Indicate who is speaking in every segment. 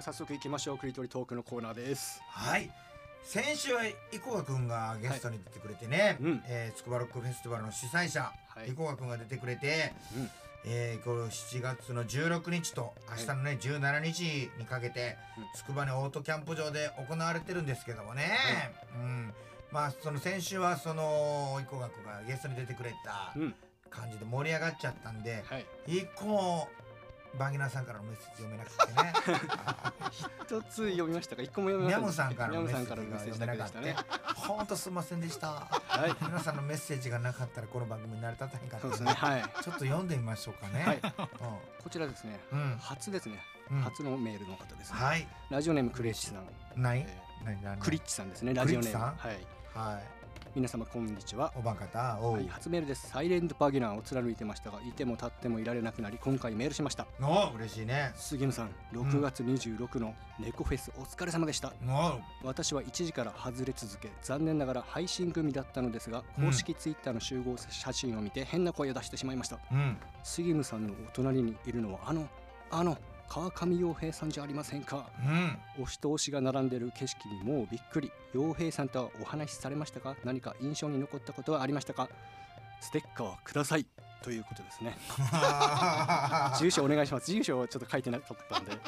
Speaker 1: 早速行きましょう。クリトリトークのコーナーです。
Speaker 2: はい、先週は生川くんがゲストに出てくれてね、つくばロックフェスティバルの主催者、生川くんが出てくれて、この7月の16日と明日のね、17日にかけてつくばのオートキャンプ場で行われてるんですけどもね、まあその先週はその生川くんがゲストに出てくれた感じで盛り上がっちゃったんで、一個もバギナーさんからのメッセージ読めなくてね
Speaker 1: 一つ読みましたか？一個も読めなかった。
Speaker 2: ニャムさんからのメッセージが読めなかったね。ほんとすいませんでした。皆さんのメッセージがなかったらこの番組に成り立たへんかったね。ちょっと読んでみましょうかね。
Speaker 1: こちらですね、初ですね、初のメールの方ですね。ラジオネームクレッチさん。クリッチさんですね。ラジオネーム。はい。皆様こんにちは。
Speaker 2: おばん方。
Speaker 1: 初メールです。サイレントバギナーを貫いてましたが、いても立ってもいられなくなり、今回メールしました。
Speaker 2: 嬉しいね。
Speaker 1: 杉野さん、6月26の猫フェスお疲れ様でした。私は1時から外れ続け、残念ながら配信組だったのですが、公式ツイッターの集合写真を見て変な声を出してしまいました。杉野さんのお隣にいるのはあの川上洋平さんじゃありませんか。推しと推しが並んでる景色にもうびっくり。洋平さんとはお話しされましたか？何か印象に残ったことはありましたか？ステッカーくださいということですね。住所お願いします。住所をちょっと書いてなかったんで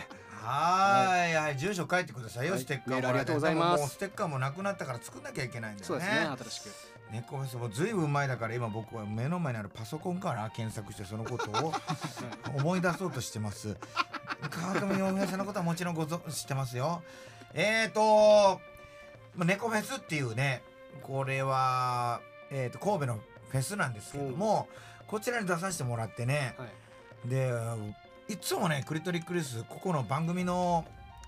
Speaker 2: 住所書いてくださいよ。ステッカーも
Speaker 1: ありがとうございます。
Speaker 2: もうステッカーもなくなったから作んなきゃいけないんだよね。
Speaker 1: そうですね、新しく
Speaker 2: 猫フェスもずいぶん前だから、今僕は目の前にあるパソコンから検索してそのことを思い出そうとしてます。川上洋平さんのことはもちろん知ってますよ。猫フェスっていうね、これは神戸のフェスなんですけども、こちらに出させてもらってね、でいつもねクリトリクリスここの番組の、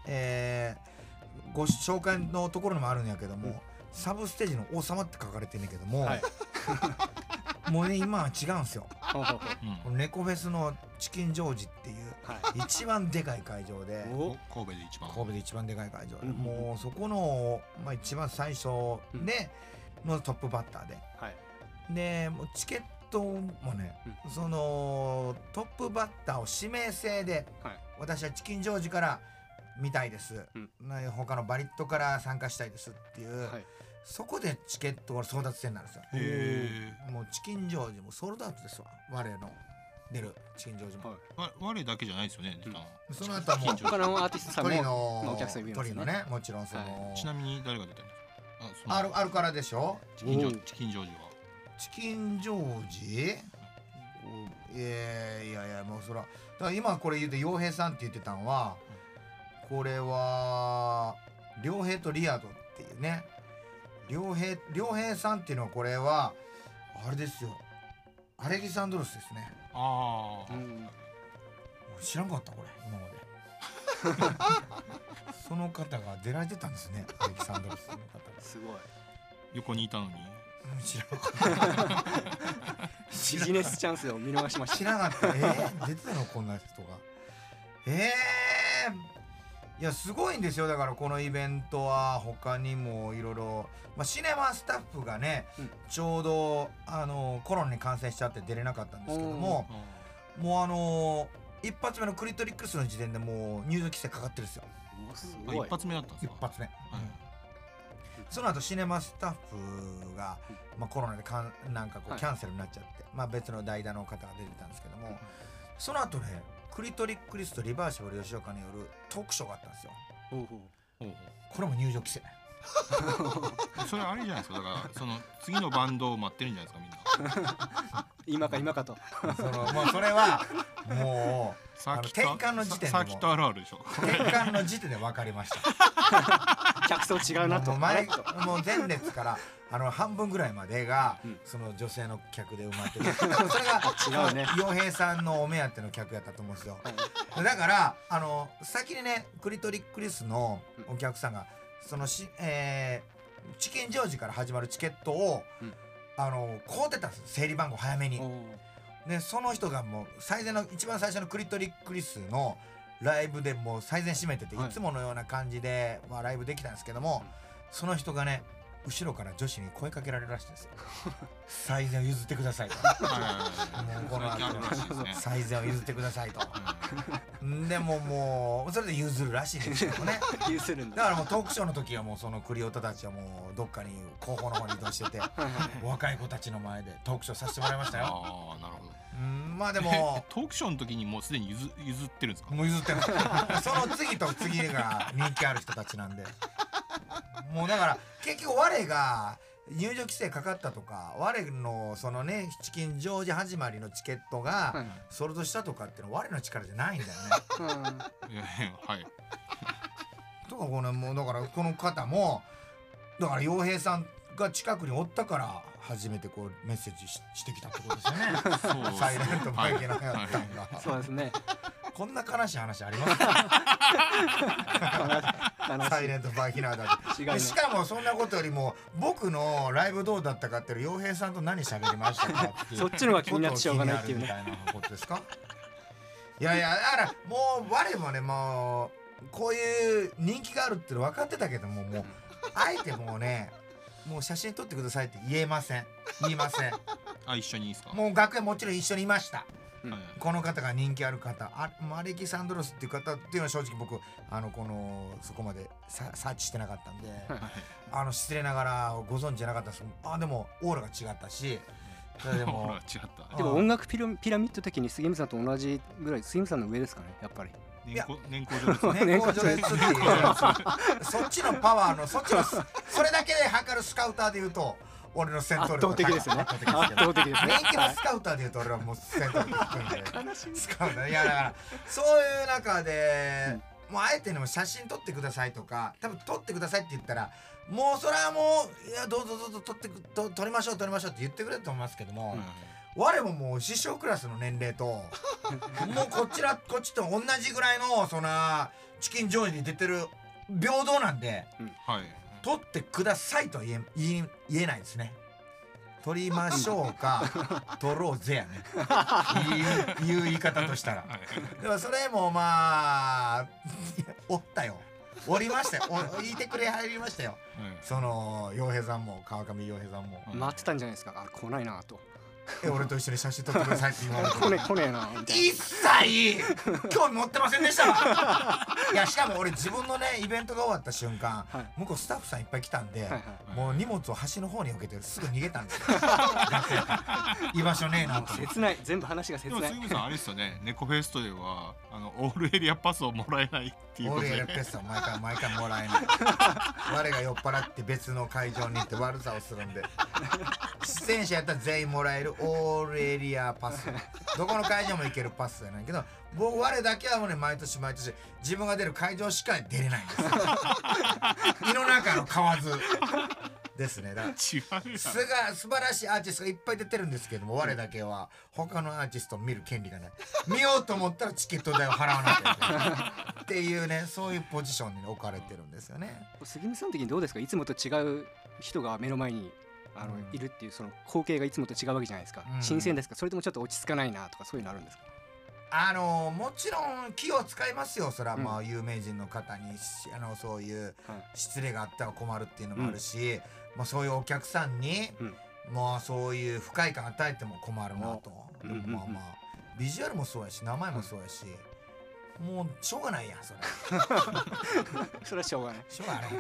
Speaker 2: ご紹介のところにもあるんやけども、サブステージの王様って書かれてるんだけども、もうね今は違うんですよ。猫フェスのチキンジョージっていう一番でかい会場で、
Speaker 3: 神戸
Speaker 2: で一番でかい会場で、もうそこの一番最初でのトップバッターで、もうチケットもね、そのトップバッターを指名制で、私はチキンジョージから見たいです、他のバリットから参加したいですっていう、そこでチケットが争奪戦なんですよ。もうチキンジョージもソールドアウトですわ。我の出るチキンジョージも、
Speaker 3: 我だけじゃないですよね。
Speaker 2: その後はもう
Speaker 1: 他のアーティストさんもお客さんいます
Speaker 2: ね。もちろんその、
Speaker 3: ちなみに誰が出てるんですか？
Speaker 2: あるからでしょ。
Speaker 3: チキンジョージは
Speaker 2: チキンジョージ、いやもうそら、だから今これ言うて洋平さんって言ってたんは、これは良平とリアドっていうね、良平さんっていうのは、これはあれですよ、アレキサンドロスですね。知らんかったこれ今まで。その方が出られてたんですね、アレキサンドロスの方。
Speaker 1: すごい。
Speaker 3: 横にいたのに
Speaker 2: 知らなかった。
Speaker 1: ビジネスチャンスを見逃しました。
Speaker 2: 知らなかった。出てたのこんな人が。いやすごいんですよ。だからこのイベントは他にもいろいろ、シネマスタッフがね、ちょうどコロナに感染しちゃって出れなかったんですけども、もう一発目のクリトリックスの時点でもう入場規制かかってるんですよ。
Speaker 3: 一発目だったんですか？
Speaker 2: 一発目。その後シネマスタッフが、コロナでなんかこうキャンセルになっちゃって、別の代打の方が出てたんですけども、その後ねクリトリックリスとリバーシブル吉岡によるトークショーがあったんですよ。これも入場規制。
Speaker 3: それあれじゃないですか。だからその次のバンドを待ってるんじゃないですか、みんな。
Speaker 1: 今かと。
Speaker 2: もうそれはもう転換の時点で
Speaker 3: サーキットあるあるでしょ。
Speaker 2: 転換の時点で分かりました。
Speaker 1: 客層違うなと。
Speaker 2: もう前列から半分ぐらいまでがその女性の客で埋まってる。それが洋平さんのお目当ての客やったと思うんですよ。だから先にねクリトリックリスのお客さんがそのチキンジョージから始まるチケットを買うてたんです。整理番号早めに。でその人がもう一番最初のクリトリックリスのライブでもう最前占めてて、いつものような感じでライブできたんですけども、その人がね後ろから女子に声かけられるらしいんですよ。最善を譲ってくださいと。もうこの後最善を譲ってくださいと。でももうそれで譲るらしいんですけどね。
Speaker 1: 譲るんだ。
Speaker 2: だからもうトークショーの時はもうそのクリオタたちはもうどっかに後方の方に移動してて若い子たちの前でトークショーさせてもらいましたよ。
Speaker 3: ああ、なるほど。
Speaker 2: まあでも
Speaker 3: トークショーの時にもうすでに譲ってるんですか？
Speaker 2: もう譲ってる。その次と次が人気ある人たちなんで。もうだから結局我が入場規制かかったとか我のそのねチキンジョージ始まりのチケットがソールドしたとかっていうのは我の力じゃないんだよね。
Speaker 3: はい。
Speaker 2: とかこのもうだからこの方もだから洋平さんが近くにおったから初めてこうメッセージしてきたってことですよね。サイレントバイキナやったんが。
Speaker 1: そうですね。
Speaker 2: こんな悲しい話ありますか？サイレントバイキナーだって。しかもそんなことよりも僕のライブどうだったかっていう洋平さんと何喋りましたかっていう
Speaker 1: そっちのが気になってしょうがないっていうね
Speaker 2: みたいなことですか？いやいやだからもう我もねもうこういう人気があるっての分かってたけどももうあえてもうねもう写真撮ってくださいって言いません。
Speaker 3: あ、一緒にいいですか？
Speaker 2: もう楽屋もちろん一緒にいました。
Speaker 3: うん、
Speaker 2: この方が人気ある方、アレキサンドロスっていう方っていうのは正直僕そこまでサーチしてなかったんで失礼ながらご存知じゃなかったです。でもオーラが違ったし、それでも
Speaker 1: でも音楽ピラミッド的に杉村さんと同じぐらい杉村さんの上ですかねやっぱり。
Speaker 3: 年功序列
Speaker 2: っていうそっちのパワーのそれだけで測るスカウターでいうと俺の戦闘力が
Speaker 1: 圧倒的ですよね。圧倒的ですね。
Speaker 2: 人気のスカウターでいうと俺はもう戦闘力低いんでスカウターいやだからそういう中でもうあえてね写真撮ってくださいとか多分撮ってくださいって言ったらもうそれはもういやどうぞ撮りましょうって言ってくれると思いますけども、我もう師匠クラスの年齢ともうこっちと同じぐらいのそんなチキンジョージに出てる平等なんで、撮ってくださいとは言えないですね。撮りましょうか撮ろうぜやねいう言い方としたらでもそれもまあおったよおりましたよ言いてくれ入りましたよ、その洋平さんも川上洋平さんも
Speaker 1: 待ってたんじゃないですか。来ないなと
Speaker 2: 俺と一緒に写真撮ってくださいって言われて
Speaker 1: 来ねえなみたいな
Speaker 2: 一切興味持ってませんでしたいやしかも俺自分のねイベントが終わった瞬間、向こうスタッフさんいっぱい来たんで、もう荷物を端の方に置けてすぐ逃げたんですよ居場所ねえなと
Speaker 1: 切ない全部話が切ない。
Speaker 3: でも杉村さんあれですよね猫フェストではオールエリアパスをもらえないっていうことで
Speaker 2: オールエリアパスを毎回もらえない我が酔っ払って別の会場に行って悪さをするんで出演者やったら全員もらえるオールエリアパスどこの会場も行けるパスじゃないけど我だけはもうね毎年自分が出る会場しか出れないんですよ胃の中の蛙ですね。だから素晴らしいアーティストがいっぱい出てるんですけども我だけは他のアーティストを見る権利がない見ようと思ったらチケット代を払わなきゃいけないっていうねそういうポジションに置かれてるんですよね。
Speaker 1: 杉見さん的にどうですか？いつもと違う人が目の前にいるっていうその光景がいつもと違うわけじゃないですか。新鮮ですか？それともちょっと落ち着かないなとかそういうのあるんですか？
Speaker 2: もちろん気を使いますよ。それはまあ有名人の方にそういう失礼があったら困るっていうのもあるし、まあそういうお客さんにまあそういう不快感与えても困るなと。でもまあまあビジュアルもそうやし名前もそうやし、もうしょうがないやんそれ
Speaker 1: それはしょうがない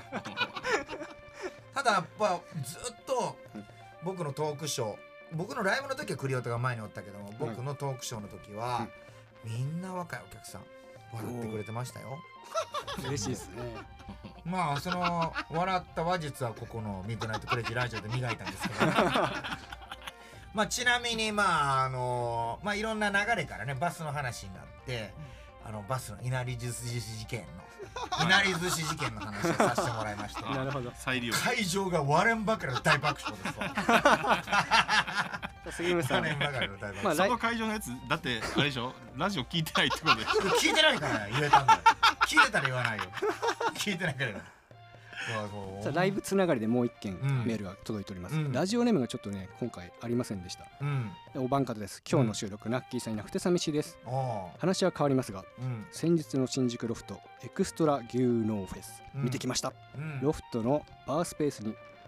Speaker 2: ただやっぱずっと僕のトークショー僕のライブの時はクリオタが前におったけども僕のトークショーの時はみんな若いお客さん笑ってくれてましたよ
Speaker 1: 嬉しいですね
Speaker 2: まあその笑った話術はここのミッドナイトクレイジーラジオで磨いたんですけどまあちなみにまあまあいろんな流れからねバスの話になってバスのいなり寿司事件の話をさせてもらいました
Speaker 1: なるほど
Speaker 2: 会場が割れんばかりの大爆笑ですわ
Speaker 1: 杉村さん
Speaker 3: その会場のやつだってあれでしょラジオ聞いてないってことで
Speaker 2: 聞いてないから言えたんだよ聞いてたら言わないよ聞いてないから
Speaker 1: さあライブつながりでもう一件メールが届いております、ラジオネームがちょっとね今回ありませんでした、おばんかたです。今日の収録、ナッキーさんいなくて寂しいです。話は変わりますが、先日の新宿ロフトエクストラ牛脳フェス見てきました、ロフトのバースペースに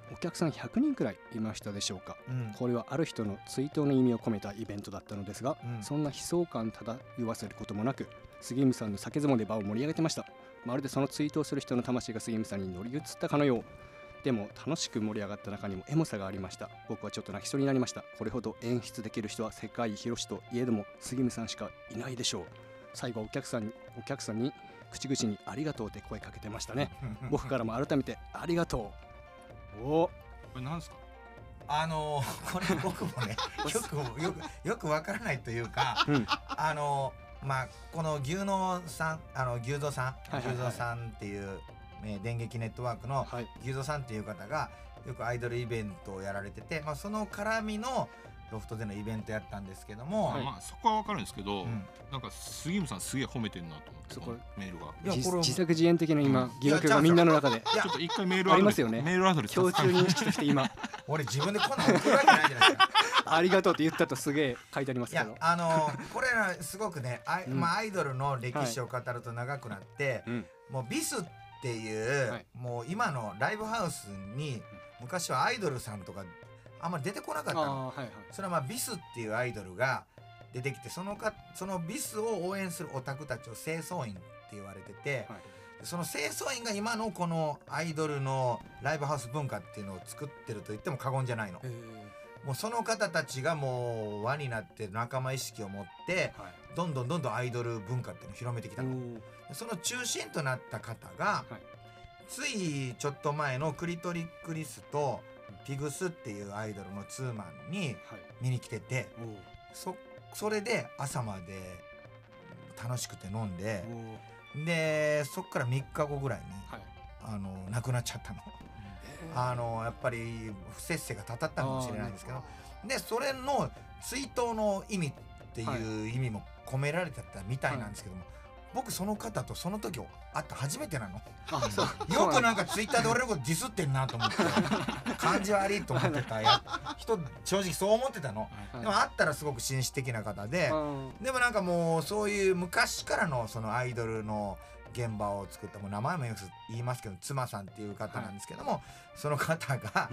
Speaker 1: お客さん100人くらいいましたでしょうか、これはある人の追悼の意味を込めたイベントだったのですが、そんな悲壮感漂わせることもなく杉村さんの酒相撲で場を盛り上げてました。まるでその追悼する人の魂が杉村さんに乗り移ったかのよう。でも楽しく盛り上がった中にもエモさがありました。僕はちょっと泣きそうになりました。これほど演出できる人は世界広しといえども杉村さんしかいないでしょう。最後はお客さんに口々にありがとうって声かけてましたね。僕からも改めてありがとう。
Speaker 3: これなんですか？
Speaker 2: これ僕もねよくわからないというか、この牛蔵さんっていう電撃ネットワークの牛蔵さんっていう方がよくアイドルイベントをやられてて、その絡みのロフトでのイベントやったんですけども、
Speaker 3: そこはわかるんですけど、なんか杉村さんすげえ褒めてんなと思って、そこメールが
Speaker 1: 自作自演的な今疑惑がみんなの中で
Speaker 3: ちょっと一回メール
Speaker 1: ありますよね。
Speaker 3: メールアドレス
Speaker 1: 共通認識として今
Speaker 2: 俺自分でこんなの送るわけないじゃないですか。
Speaker 1: ありがとうって言ったとすげえ書いてありますけど、
Speaker 2: これらすごくねアイドルの歴史を語ると長くなって、もうビスっていう、もう今のライブハウスに昔はアイドルさんとかあんまり出てこなかったの。それはビスっていうアイドルが出てきて、そのビスを応援するオタクたちを清掃員って言われてて、その清掃員が今のこのアイドルのライブハウス文化っていうのを作ってると言っても過言じゃないの。もうその方たちがもう輪になって仲間意識を持って、どんどんアイドル文化っていうのを広めてきたの。その中心となった方が、ついちょっと前のクリトリクリスとピグスっていうアイドルのツーマンに見に来てて、それで朝まで楽しくて飲んで、でそっから3日後ぐらいに、亡くなっちゃったの。やっぱり不摂生がたたったかもしれないんですけど、でそれの追悼の意味っていう意味も込められてたみたいなんですけども、僕その方とその時会った初めてなの。よくなんかツイッターで俺のことディスってんなと思って感じ悪いと思ってた人、正直そう思ってたの。でも会ったらすごく紳士的な方で、でもなんかもうそういう昔からのそのアイドルの現場を作った、もう名前もよく言いますけど妻さんっていう方なんですけども、その方が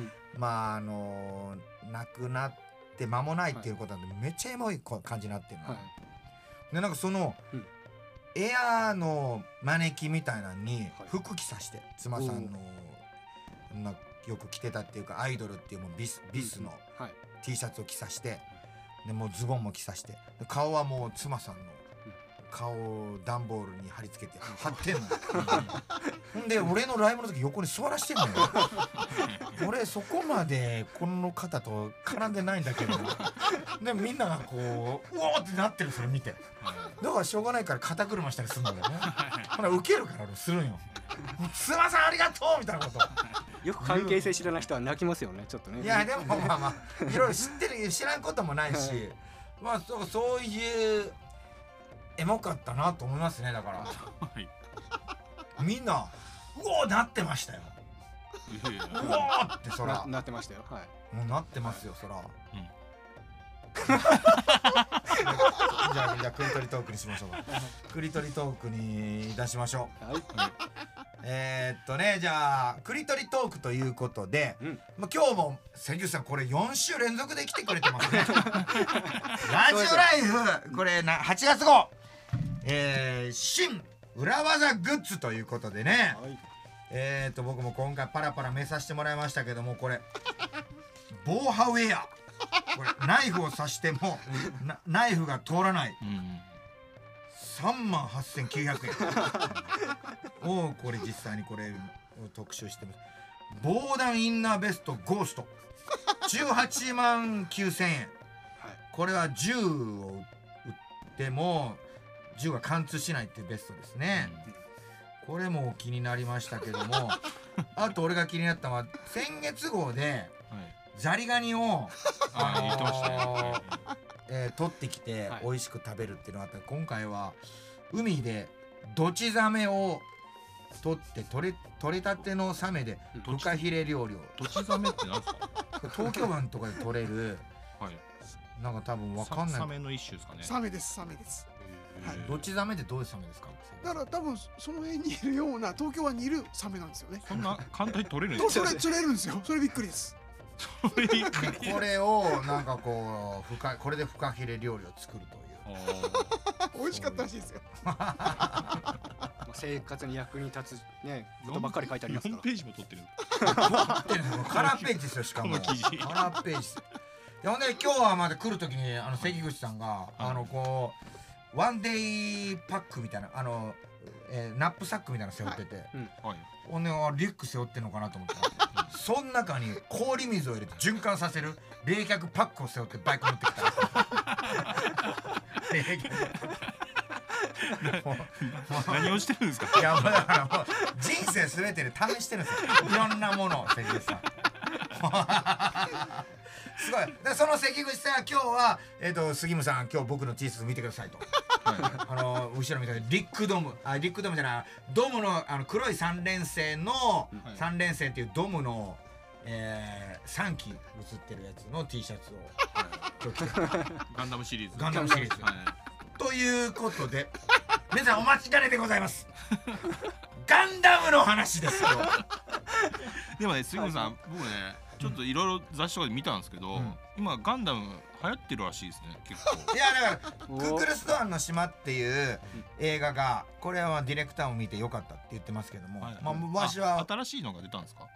Speaker 2: 亡くなって間もないっていうことなんで、めっちゃエモい感じになってるの。でなんかそのエアーの招きみたいなのに服着さして、妻さんのよく着てたっていうかアイドルっていうもうビスの T シャツを着さして、でもうズボンも着さして、顔はもう妻さんの顔を段ボールに貼り付けて貼ってんの。ほんで俺のライブの時横に座らしてんのよ。俺そこまでこの方と絡んでないんだけど、でみんながこううおーってなってる、それ見て。だからしょうがないから肩車したりするんだけどね。ほらウケるから俺するんよ。すいませんありがとうみたいなこと。
Speaker 1: よく関係性知らない人は泣きますよね、ちょっとね。
Speaker 2: いやでもいろいろ知らんこともないし、そういうエモかったなと思いますね。だからみんなうおーなってましたよ。うおーってそら
Speaker 1: なってましたよ。
Speaker 2: もうなってますよそら。じゃあクリトリトークにしましょうか。クリトリトークに出しましょう。じゃあクリトリトークということで、今日も関口さんこれ4週連続で来てくれてますね。ラジオライフこれ8月号、新裏技グッズということでね、僕も今回パラパラ見させてもらいましたけども、これ防波ウェア、これナイフを刺してもナイフが通らない、38,900円をこれ実際にこれを特集してます。防弾インナーベストゴースト189,000円。これは銃を撃っても銃が貫通しないっていうベストですね。これも気になりましたけどもあと俺が気になったのは先月号でザリガニを取ってきて美味しく食べるっていうのがあったら、今回は海でドチザメを取って取れたてのサメでフカヒレ料理を。
Speaker 3: ドチザメって何ですか？
Speaker 2: 東京湾とかで取れるなんか多分わかんない
Speaker 3: サメの一種ですかね。
Speaker 4: サメです。
Speaker 2: どっちザメってどういうサメですか？
Speaker 4: だから多分その辺にいるような東京湾にいるサメなんですよね。
Speaker 3: そんな簡単に取れるんですか？
Speaker 4: 釣れるんですよ。それびっくりです。
Speaker 2: これをなんかこうこれでフカヒレ料理を作るという。
Speaker 4: 美味しかったらしいですよ。
Speaker 1: 生活に役に立つねことばっかり書いてありますから。
Speaker 3: 4ページも取ってる。
Speaker 2: カラーページですよ。しかもカラーページ。ほんで今日はまだ来る時に関口さんがこうワンデイパックみたいなナップサックみたいなの背負ってて、ほんでリュック背負ってんのかなと思ったら、その中に氷水を入れて循環させる冷却パックを背負ってバイク乗ってきた。
Speaker 3: 何をしてるんですか？
Speaker 2: いやもうだからもう人生すべてで試してるんですよ。いろんなものを関口さん。すごい。でその関口さんは今日は杉村さん今日僕の T シャツ見てくださいと。後ろ見たらリックドームじゃないドームの黒い3連星の3連星っていうドームの3機映ってるやつの T シャツを
Speaker 3: ガンダムシリーズ。
Speaker 2: ということで皆さんお待ちかねでございます。ガンダムの話ですよ。
Speaker 3: でもね杉村さん僕ねちょっといろいろ雑誌とかで見たんですけど、今ガンダム流行ってるらしいですね結構。
Speaker 2: いやだからククルス・ドアンの島っていう映画がこれはディレクターも見てよかったって言ってますけども、わしは
Speaker 3: 新しいのが出たんですか？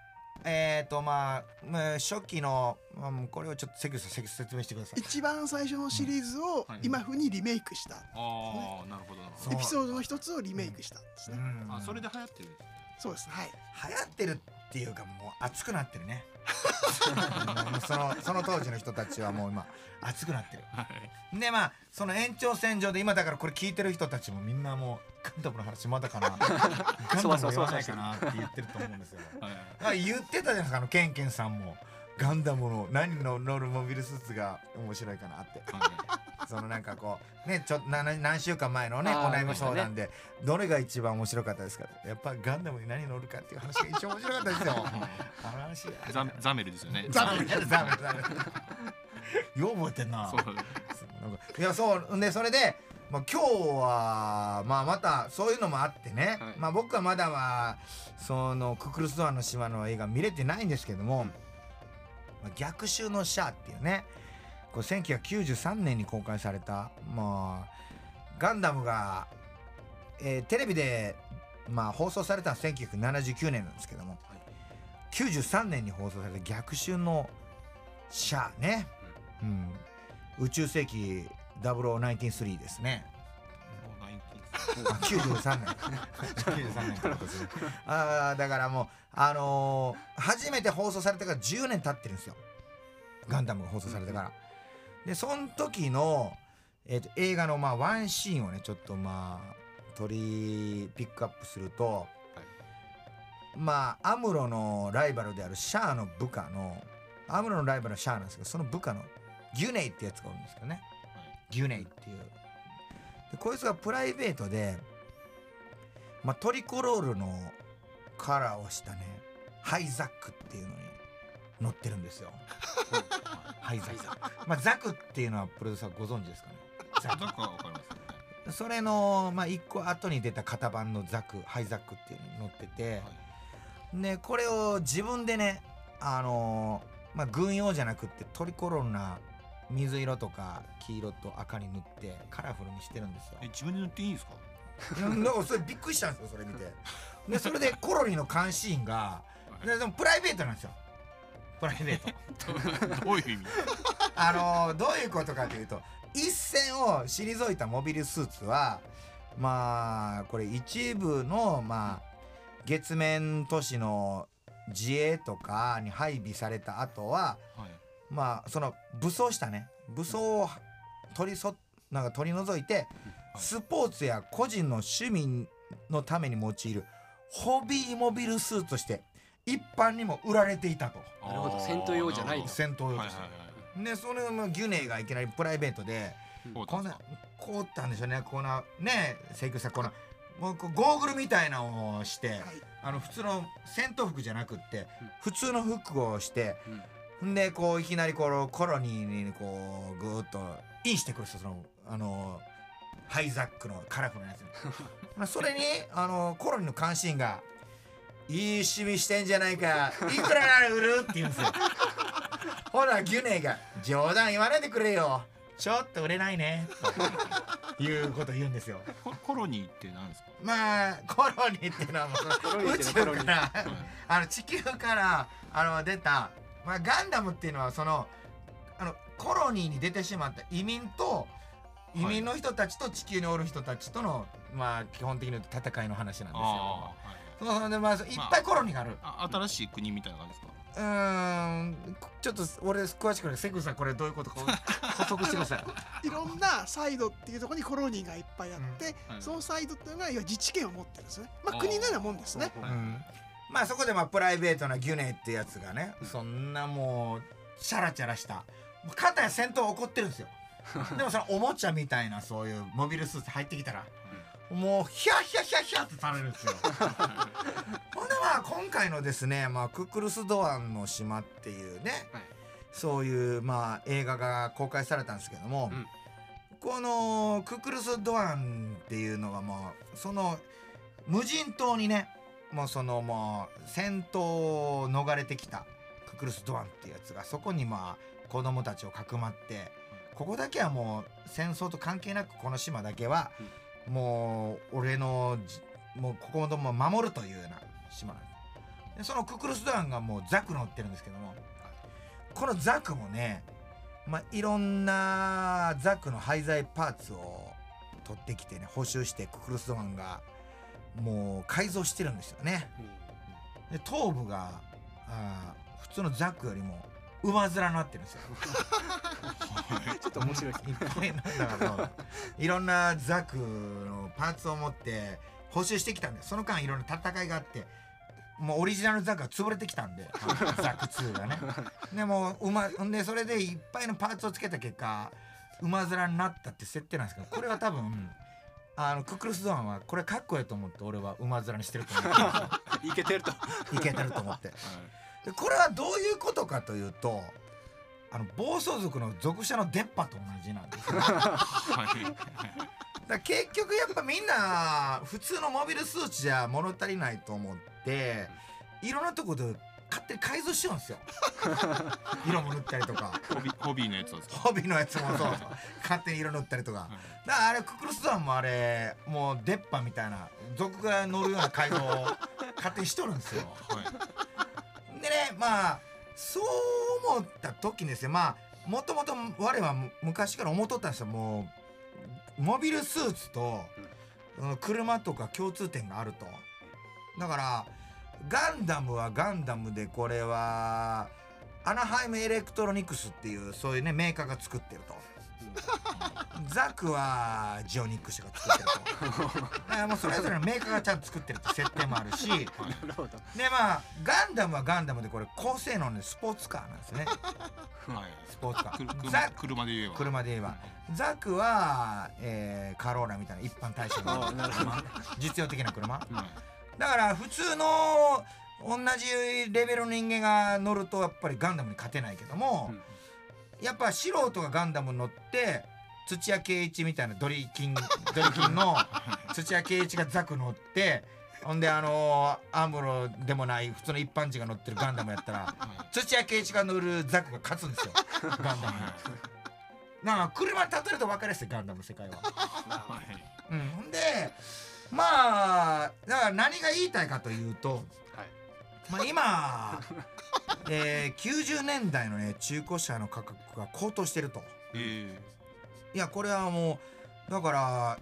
Speaker 2: 初期のこれをちょっと関口さん説明してください。
Speaker 4: 一番最初のシリーズを今風にリメイクした。
Speaker 3: なるほど。
Speaker 4: エピソードの一つをリメイクしたんですね。
Speaker 3: それで流行ってる。
Speaker 4: そうです。はい。
Speaker 2: 流行ってるっていうかもう熱くなってるね。その当時の人たちはもう今熱くなってる。でその延長線上で今だからこれ聞いてる人たちもみんなもうガンダムの話まだかな、ガンダムの言わないかなって言ってると思うんですよ。言ってたじゃないですかケンケンさんもガンダムの何の乗るモビルスーツが面白いかなって。そのなんかこうね何週間前のねお悩み相談でどれが一番面白かったですか？やっぱガンダムに何乗るかっていう話が一番面白かったですよ。
Speaker 3: ザメルですよね。
Speaker 2: ザメルよう覚えてんな。いやそうでそれで今日はまたそういうのもあってね、僕はまだはそのククルス・ドアンの島の映画見れてないんですけども、逆襲のシャアっていうねこれ1993年に公開されたガンダムが、テレビで放送されたのは1979年なんですけども、93年に放送された逆襲のシャアね、宇宙世紀0093ですね。93年ってことですね。だからもう初めて放送されてから10年経ってるんですよガンダムが放送されてから。でその時の、映画のワンシーンをねちょっとピックアップすると、アムロのライバルであるシャアの部下のアムロのライバルはシャアなんですけど、その部下のギュネイってやつがおるんですけどね、ギュネイっていうでこいつがプライベートで、トリコロールのカラーをしたねハイザックっていうのに乗ってるんですよ。ハイザック。ザクっていうのはプロデューサーご存知ですかね？
Speaker 3: ザクはわかります。
Speaker 2: それの1個後に出た型番のザク、ハイザックっていうのに乗ってて、でこれを自分でね軍用じゃなくってトリコロールな水色とか黄色と赤に塗ってカラフルにしてるんですよ。
Speaker 3: 自分で塗っていいんですか？
Speaker 2: だからそれびっくりしたんですよそれ見て。でそれでコロリの監視員がでもプライベートなんですよ。プライベート。
Speaker 3: どういう意味？
Speaker 2: どういうことかというと一線を退いたモビルスーツはこれ一部の月面都市の自衛とかに配備された後は、その武装したね武装を取り除いて、スポーツや個人の趣味のために用いるホビーモビルスーツとして一般にも売られていたと。
Speaker 1: なるほど、戦闘用じゃないと。
Speaker 2: 戦闘用として、でそれのギュネイがいきなりプライベートでこんな凍ったんでしょうね。こんなね関口さんこんなもうゴーグルみたいなのをして、普通の戦闘服じゃなくって普通の服をして、でいきなりコロニーにグーッとインしてくる人、そのハイザックのカラフルなやつそれにコロニーの監視員がいい趣味してんじゃないか、いくらなら売るって言うんですよ。ほらギュネが冗談言わないでくれよ、ちょっと売れないねということ言うんですよ。
Speaker 3: コロニーって何ですか？
Speaker 2: まあコロニーっていうのはもう宇宙から地球から出た、まあ、ガンダムっていうのはそのコロニーに出てしまった移民の人たちと地球におる人たちとの、まあ基本的に言うと戦いの話なんですよ。そうで、まあ、いっぱいコロニーがある、
Speaker 3: 新しい国みたいな感じですか？
Speaker 2: ちょっと俺詳しくない。セグさんこれどういうことか補足してください。
Speaker 4: いろんなサイドっていうところにコロニーがいっぱいあって、そのサイドっていうのが自治権を持ってるんですね。まあ国のようなもんですね。
Speaker 2: まあそこでプライベートなギュネってやつがね、そんなもうチャラチャラした肩や戦闘起こってるんですよ。でもそのおもちゃみたいなそういうモビルスーツ入ってきたらもうヒャヒャヒャヒャってされるんですよ。ほんで今回のですね、ククルス・ドアンの島っていうね、そういう映画が公開されたんですけども、このククルス・ドアンっていうのはその無人島にね、その戦闘を逃れてきたククルス・ドアンっていうやつがそこに子供たちをかくまって、ここだけはもう戦争と関係なくこの島だけはもう俺のもうここも守るというような島なんです。でそのククルス・ドアンがもうザク乗ってるんですけども、このザクもね、いろんなザクの廃材パーツを取ってきてね、補修してククルス・ドアンがもう改造してるんですよね。で頭部が普通のザクよりも馬面になってるんですよ。
Speaker 1: ちょっと面白いですね。
Speaker 2: いろんなザクのパーツを持って補修してきたんで、その間いろんな戦いがあってもうオリジナルザクが潰れてきたんでザク2がね。でもでそれでいっぱいのパーツをつけた結果馬面になったって設定なんですけど、これは多分ククルス・ドアンはこれかっこいいと思って俺は馬面にしてると思って
Speaker 1: いけてると
Speaker 2: 思ってでこれはどういうことかというと、暴走族の属者の出っ歯と同じなんですよ。だ結局やっぱみんな普通のモビルスーツじゃ物足りないと思っていろんなとこで勝手に改造しようんですよ。色も塗ったりとか
Speaker 3: ホビーのやつですか？
Speaker 2: ホビーのやつもそう勝手に色塗ったりとか、だからあれククルス・ドアンもあれもう出っ歯みたいな族が乗るような改造を勝手にしとるんですよ。でね、そう思った時にですね、もともと我は昔から思っとったんですよ。もうモビルスーツと車とか共通点があると。だからガンダムはガンダムで、これはアナハイムエレクトロニクスっていうそういうねメーカーが作ってると。ザクはジオニックスが作ってると。だからもうそれぞれのメーカーがちゃんと作ってるって設定もあるし、でガンダムはガンダムでこれ高性能のスポーツカーなんですね。スポーツカー
Speaker 3: 車で言
Speaker 2: えばザクは、カローラみたいな一般大衆の車実用的な車、だから普通の同じレベルの人間が乗るとやっぱりガンダムに勝てないけども、やっぱ素人がガンダムに乗って土屋圭一みたいなドリキンの土屋圭一がザク乗って、ほんでアムロでもない普通の一般人が乗ってるガンダムやったら土屋圭一が乗るザクが勝つんですよ、ガンダムに。だから車に例えると分かりやすい、ガンダムの世界は。ほんでだから何が言いたいかというと、今90年代のね中古車の価格が高騰してると。いやこれはもうだから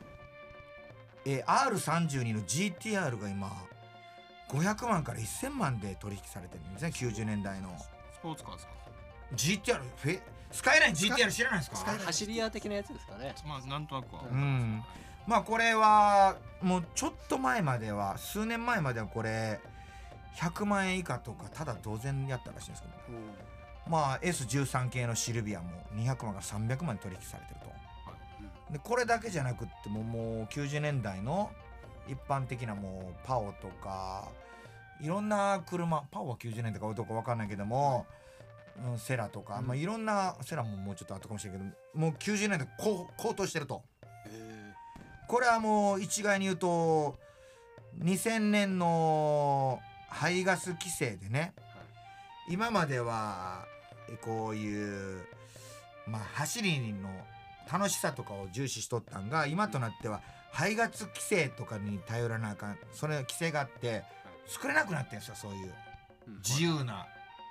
Speaker 2: 、R32 の GTR が今500万から1000万で取引されてるんですね、90年代の
Speaker 3: スポーツカーですか？
Speaker 2: GTR スカイライン GTR 知らないですか？
Speaker 1: 走り屋的なやつですかね。
Speaker 3: なんとなくは。
Speaker 2: これはもうちょっと前までは数年前まではこれ100万円以下とかただ同然やったらしいんですけど、S13 系のシルビアも200万から300万で取引されてると。でこれだけじゃなくってもう90年代の一般的なもうパオとかいろんな車、パオは90年代かどうか分かんないけども、セラとか、いろんなセラももうちょっと後かもしれないけどもう90年代高騰してると。 これはもう一概に言うと2000年の排ガス規制でね、今まではこういう走りの楽しさとかを重視しとったんが、今となっては排ガス規制とかに頼らなあかん、それ規制があって作れなくなってんですよ、そういう自由な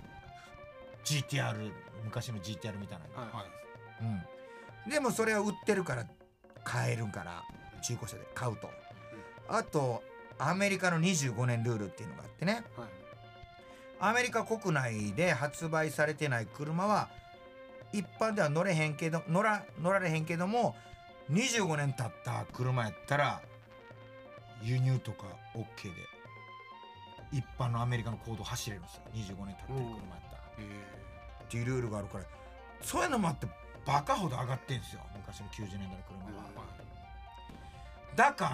Speaker 2: GTR、 昔の GTR みたいなの、でもそれを売ってるから買えるから中古車で買うと、あとアメリカの25年ルールっていうのがあってね、アメリカ国内で発売されてない車は一般では乗られへんけども、25年経った車やったら輸入とか OK で一般のアメリカの公道走れるんですよ、25年経ってる車やったらっていうルールがあるから、そういうのもあってバカほど上がってんですよ、昔の90年代の車は。だから、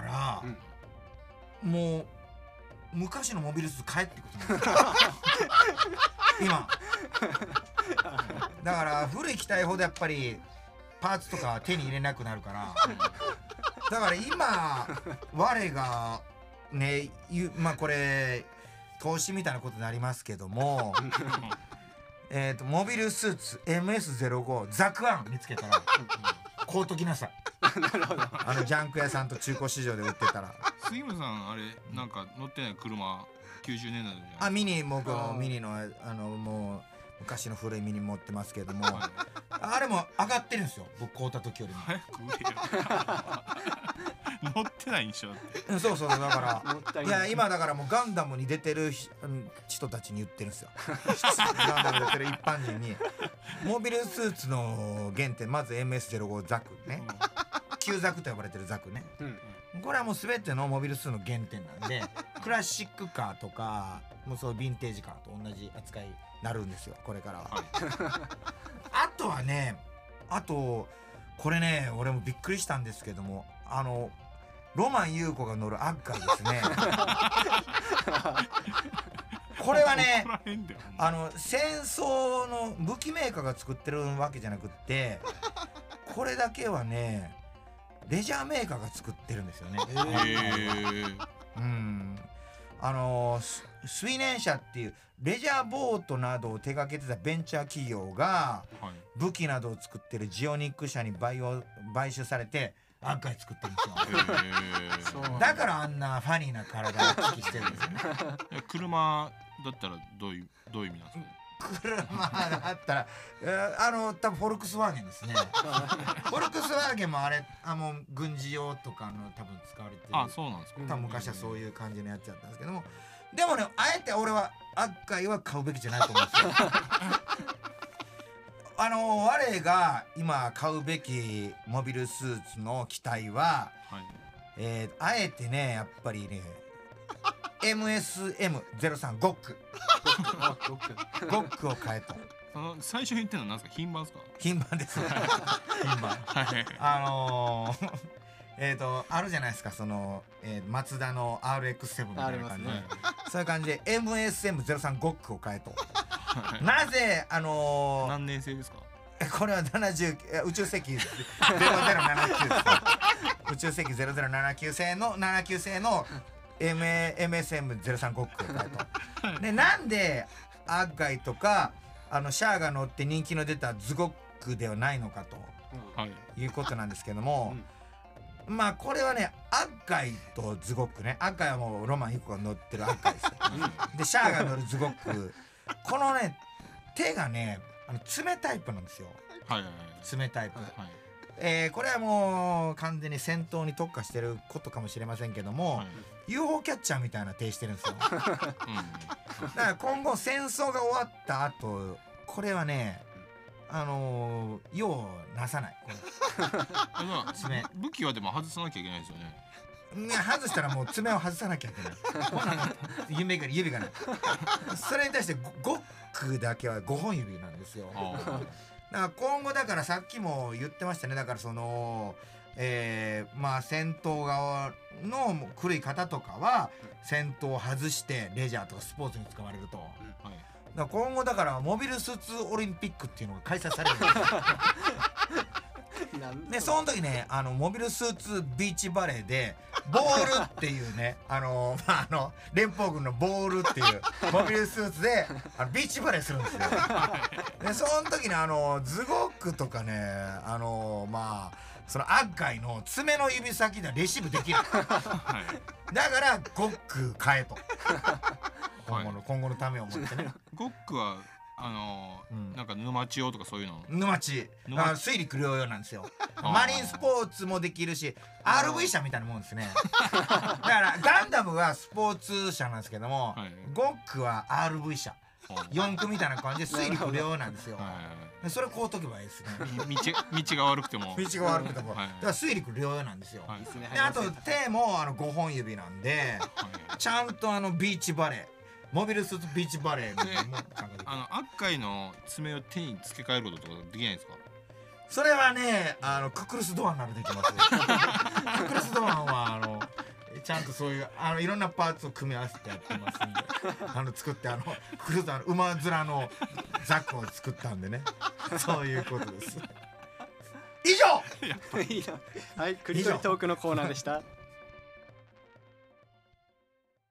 Speaker 2: もう昔のモビルスーツ帰ってくる今だから古い機体ほどやっぱりパーツとか手に入れなくなるから、だから今我がね、これ投資みたいなことになりますけどもモビルスーツ MS05 ザクワン見つけたら買うときなさい。なるほど。ジャンク屋さんと中古市場で売ってたら。
Speaker 3: 杉村さん、あれなんか乗ってない車90年代のじゃん。
Speaker 2: ミニ、僕ミニのもう昔の古いミニ持ってますけどもあれも上がってるんですよ、僕買うた時よりも。
Speaker 3: 早く売れよ乗ってないんでしょって。
Speaker 2: そうだからいや今だからもうガンダムに出てる人たちに言ってるんですよガンダムに出てる一般人にモビルスーツの原点、まず MS05 ザクね、旧ザクと呼ばれてるザクね、これはもう全てのモビルスーツの原点なんでクラシックカーとかもうそうヴィンテージカーと同じ扱いになるんですよ、これからは。あとはね、これね、俺もびっくりしたんですけども、ロマン優子が乗るアッガーですねこれはね、戦争の武器メーカーが作ってるわけじゃなくって、これだけはねレジャーメーカーが作ってるんですよね。スウィネン社っていうレジャーボートなどを手掛けてたベンチャー企業が武器などを作ってるジオニック社に買収されてアッガイ作ってるんですよだからあんなファニーな体を聞きしてるんですよね
Speaker 3: 車だったらどういう意味なんですか？
Speaker 2: 車だったら多分フォルクスワーゲンですねフォルクスワーゲンもあれもう軍事用とかの多分使われてる。
Speaker 3: そうなんですか。
Speaker 2: 多分昔はそういう感じのやつだったんですけども、でもね、あえて俺はアッガイは買うべきじゃないと思うんですよ我が今買うべきモビルスーツの機体は、あえてね、やっぱりねMSM03 ゴックゴックを買えと。
Speaker 3: 最初に言ってるのは何ですか？品番ですか？
Speaker 2: 品番です品番あるじゃないですか、その、マツダの RX7 みたいな感じで、そういう感じで MSM03 ゴックを買えとなぜ
Speaker 3: 何年生ですか？
Speaker 2: これは宇宙世紀0079宇宙世紀0079製のMSM03 ゴックを買えとで、なんでアッガイとかシャアが乗って人気の出たズゴックではないのかと、いうことなんですけども、これはね、アッガイとズゴックね、アッガイはもうロマン1個が乗ってるアッガイですよでシャアが乗るズゴック、このね手がね爪タイプなんですよ。爪タイプ、これはもう完全に戦闘に特化してることかもしれませんけども、UFO キャッチャーみたいな手してるんですよだから今後戦争が終わった後、これはね用なさない
Speaker 3: 爪。武器はでも外さなきゃいけないですよね。
Speaker 2: 外したらもう爪を外さなきゃいけない指がないそれに対してゴックだけは5本指なんですよだから今後、だからさっきも言ってましたね、だからその戦闘側の古い方とかは戦闘を外してレジャーとかスポーツに使われると、だから今後だからモビルスーツオリンピックっていうのが開催されるんですでその時ねモビルスーツビーチバレーでボールっていうね連邦軍のボールっていうモビルスーツでビーチバレーするんですよ。でその時にズゴックとかねそのアッガイの爪の指先ではレシーブできる、だからゴック変えと今後のためを思ってね。
Speaker 3: ゴックはなんか沼地用とかそういうの
Speaker 2: 沼地水陸両用なんですよ。マリンスポーツもできるし RV 車みたいなもんですね。だからガンダムはスポーツ車なんですけども、ゴックは RV 車四駆みたいな感じで水陸両用なんですよ。それこうとけばいいですね。
Speaker 3: 道が悪くても
Speaker 2: だから水陸両用なんですよ。であと手も5本指なんでちゃんとビーチバレーモビルスーツビーチバレーも
Speaker 3: アッカイの爪を手に付け替えることとかできないんですか？
Speaker 2: それはねククルスドアンならできます。ククルスドアンはちゃんとそういういろんなパーツを組み合わせてやってますんで作ってククルスドアン馬面のザックを作ったんでねそういうことです。以上
Speaker 1: はい、クリトリトークのコーナーでした。